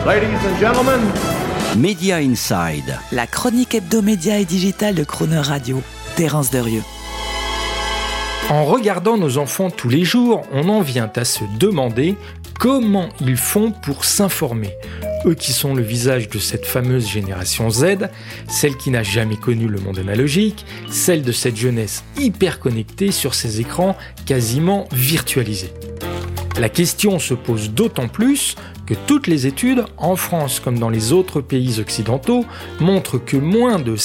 Ladies and gentlemen, Media Inside. La chronique hebdomédia et digitale de Croner Radio. Terence Derieux. En regardant nos enfants tous les jours, on en vient à se demander comment ils font pour s'informer. Eux qui sont le visage de cette fameuse génération Z, celle qui n'a jamais connu le monde analogique, celle de cette jeunesse hyper connectée sur ses écrans quasiment virtualisés. La question se pose d'autant plus que toutes les études, en France comme dans les autres pays occidentaux, montrent que moins de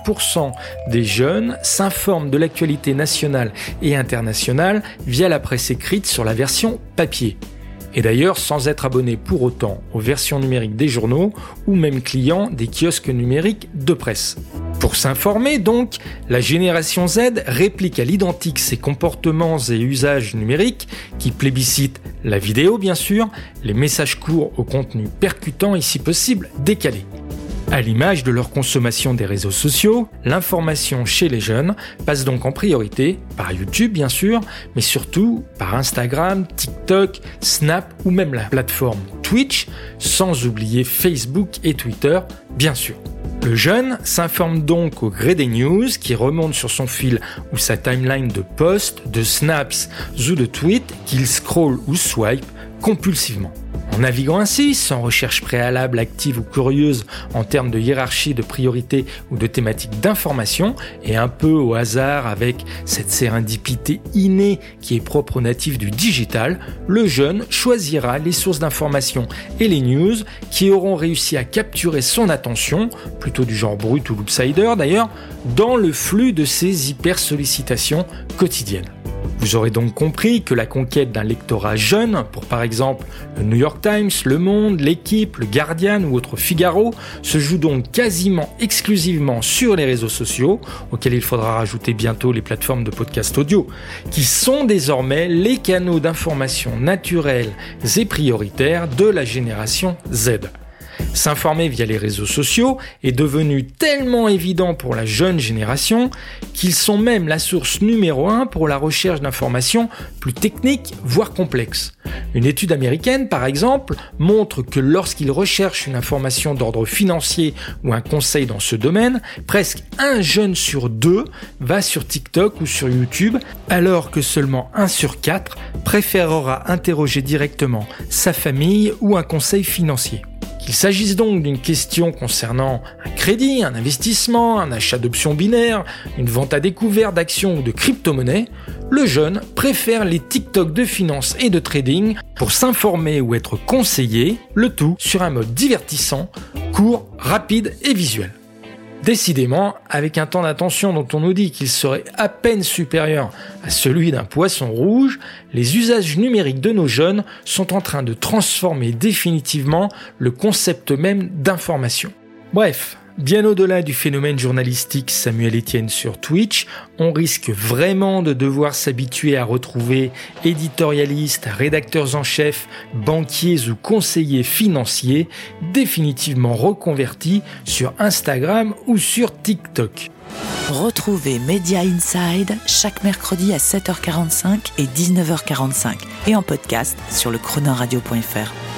5% des jeunes s'informent de l'actualité nationale et internationale via la presse écrite sur la version papier. Et d'ailleurs sans être abonné pour autant aux versions numériques des journaux ou même client des kiosques numériques de presse. Pour s'informer donc, la génération Z réplique à l'identique ses comportements et usages numériques qui plébiscitent la vidéo bien sûr, les messages courts au contenu percutant et si possible décalé. À l'image de leur consommation des réseaux sociaux, l'information chez les jeunes passe donc en priorité par YouTube bien sûr, mais surtout par Instagram, TikTok, Snap ou même la plateforme Twitch, sans oublier Facebook et Twitter bien sûr. Le jeune s'informe donc au gré des news qui remontent sur son fil ou sa timeline de posts, de snaps ou de tweets qu'il scrolle ou swipe compulsivement. En naviguant ainsi, sans recherche préalable, active ou curieuse en termes de hiérarchie, de priorité ou de thématique d'information, et un peu au hasard avec cette sérendipité innée qui est propre aux natifs du digital, le jeune choisira les sources d'information et les news qui auront réussi à capturer son attention, plutôt du genre brut ou l'outsider d'ailleurs, dans le flux de ses hyper-sollicitations quotidiennes. Vous aurez donc compris que la conquête d'un lectorat jeune, pour par exemple le New York Times, Le Monde, L'Équipe, Le Guardian ou autre Figaro, se joue donc quasiment exclusivement sur les réseaux sociaux, auxquels il faudra rajouter bientôt les plateformes de podcast audio, qui sont désormais les canaux d'information naturels et prioritaires de la génération Z. S'informer via les réseaux sociaux est devenu tellement évident pour la jeune génération qu'ils sont même la source numéro 1 pour la recherche d'informations plus techniques, voire complexes. Une étude américaine, par exemple, montre que lorsqu'ils recherchent une information d'ordre financier ou un conseil dans ce domaine, presque un jeune sur 2 va sur TikTok ou sur YouTube, alors que seulement 1 sur 4 préférera interroger directement sa famille ou un conseil financier. Qu'il s'agisse donc d'une question concernant un crédit, un investissement, un achat d'options binaires, une vente à découvert d'actions ou de crypto-monnaies, le jeune préfère les TikTok de finance et de trading pour s'informer ou être conseillé, le tout sur un mode divertissant, court, rapide et visuel. Décidément, avec un temps d'attention dont on nous dit qu'il serait à peine supérieur à celui d'un poisson rouge, les usages numériques de nos jeunes sont en train de transformer définitivement le concept même d'information. Bref, bien au-delà du phénomène journalistique Samuel Etienne sur Twitch, on risque vraiment de devoir s'habituer à retrouver éditorialistes, rédacteurs en chef, banquiers ou conseillers financiers définitivement reconvertis sur Instagram ou sur TikTok. Retrouvez Media Inside chaque mercredi à 7h45 et 19h45 et en podcast sur le cronerradio.fr.